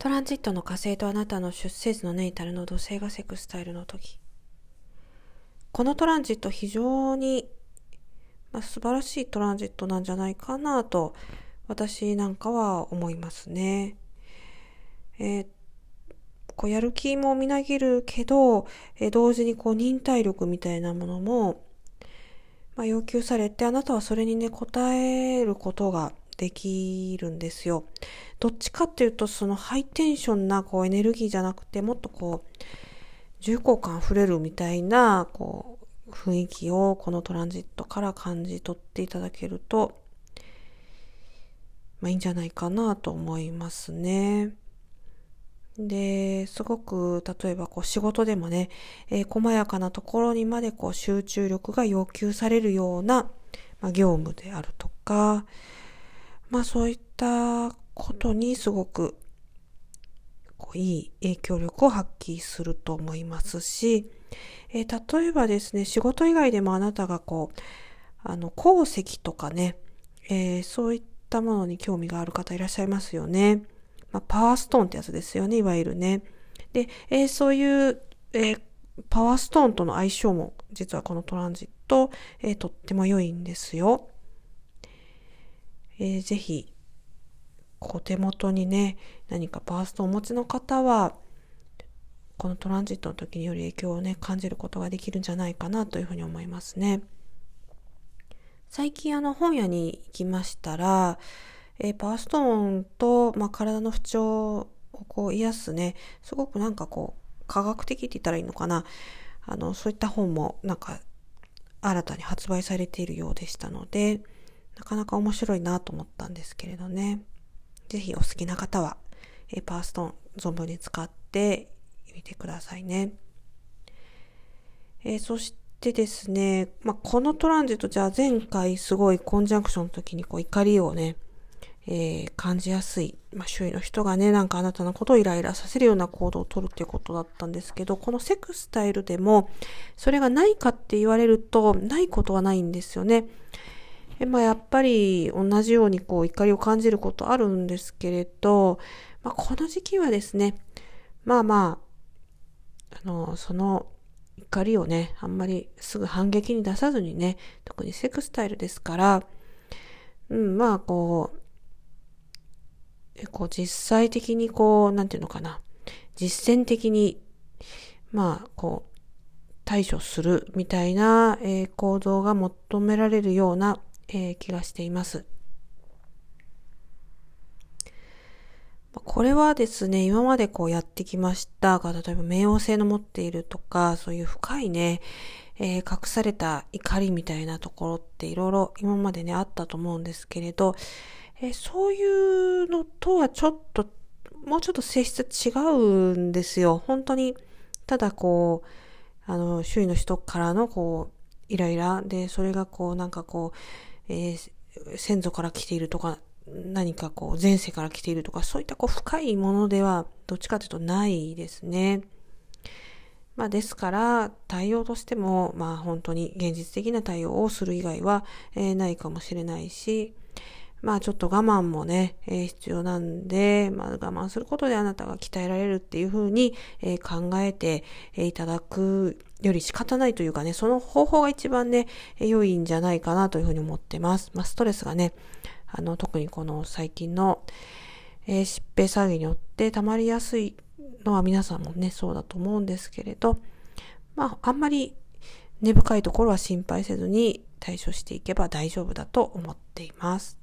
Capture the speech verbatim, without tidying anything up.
トランジットの火星とあなたの出生図のネイタルの土星がセクスタイルの時。このトランジット非常に、まあ、素晴らしいトランジットなんじゃないかなと私なんかは思いますね。えー、こうやる気もみなぎるけど、えー、同時にこう忍耐力みたいなものも、まあ、要求されて、あなたはそれにね応えることができるんですよ。どっちかっていうとそのハイテンションなこうエネルギーじゃなくて、もっとこう重厚感あふれるみたいなこう雰囲気をこのトランジットから感じ取っていただけると、まあ、いいんじゃないかなと思いますね。で、すごく例えばこう仕事でもね、えー、細やかなところにまでこう集中力が要求されるような、まあ、業務であるとか、まあそういったことにすごくこういい影響力を発揮すると思いますし、えー、例えばですね、仕事以外でもあなたがこう、あの、鉱石とかね、えー、そういったものに興味がある方いらっしゃいますよね。まあ、パワーストーンってやつですよね、いわゆるね。で、えー、そういう、えー、パワーストーンとの相性も実はこのトランジット、えー、とっても良いんですよ。えー、ぜひ、お手元にね、何かパワーストーンをお持ちの方は、このトランジットの時により影響をね、感じることができるんじゃないかなというふうに思いますね。最近あの本屋に行きましたら、えー、パワーストーンと、まあ、体の不調をこう癒すね、すごくなんかこう、科学的って言ったらいいのかな。あの、そういった本もなんか新たに発売されているようでしたので、なかなか面白いなと思ったんですけれどね。ぜひお好きな方は、えー、パワーストーン存分に使ってみてくださいね。えー、そしてですね、まあ、このトランジットじゃあ前回すごいコンジャンクションの時にこう怒りをね、えー、感じやすい、まあ、周囲の人がね、なんかあなたのことをイライラさせるような行動を取るっていうことだったんですけど、このセクスタイルでもそれがないかって言われるとないことはないんですよね。えまあ、やっぱり同じようにこう怒りを感じることあるんですけれど、まあ、この時期はですね、まあまあ、あの、その怒りをね、あんまりすぐ反撃に出さずにね、特にセクスタイルですから、うん、まあこう、こう実際的にこう、なんていうのかな、実践的に、まあこう、対処するみたいな、えー、行動が求められるような、えー、気がしています。これはですね、今までこうやってきましたが、例えば冥王星の持っているとか、そういう深いね、えー、隠された怒りみたいなところっていろいろ今までね、あったと思うんですけれど、えー、そういうのとはちょっと、もうちょっと性質違うんですよ。本当に、ただこう、あの、周囲の人からのこう、イライラで、それがこう、なんかこう、えー、先祖から来ているとか、何かこう前世から来ているとか、そういったこう深いものではどっちかというとないですね。まあですから対応としてもまあ本当に現実的な対応をする以外は、えー、ないかもしれないし、まあちょっと我慢もね、えー、必要なんで、まあ我慢することであなたが鍛えられるっていうふうに、えー、考えて、えー、いただくより仕方ないというかね、その方法が一番ね、えー、良いんじゃないかなというふうに思ってます。まあストレスがね、あの特にこの最近の、えー、疾病騒ぎによって溜まりやすいのは皆さんもね、そうだと思うんですけれど、まああんまり根深いところは心配せずに対処していけば大丈夫だと思っています。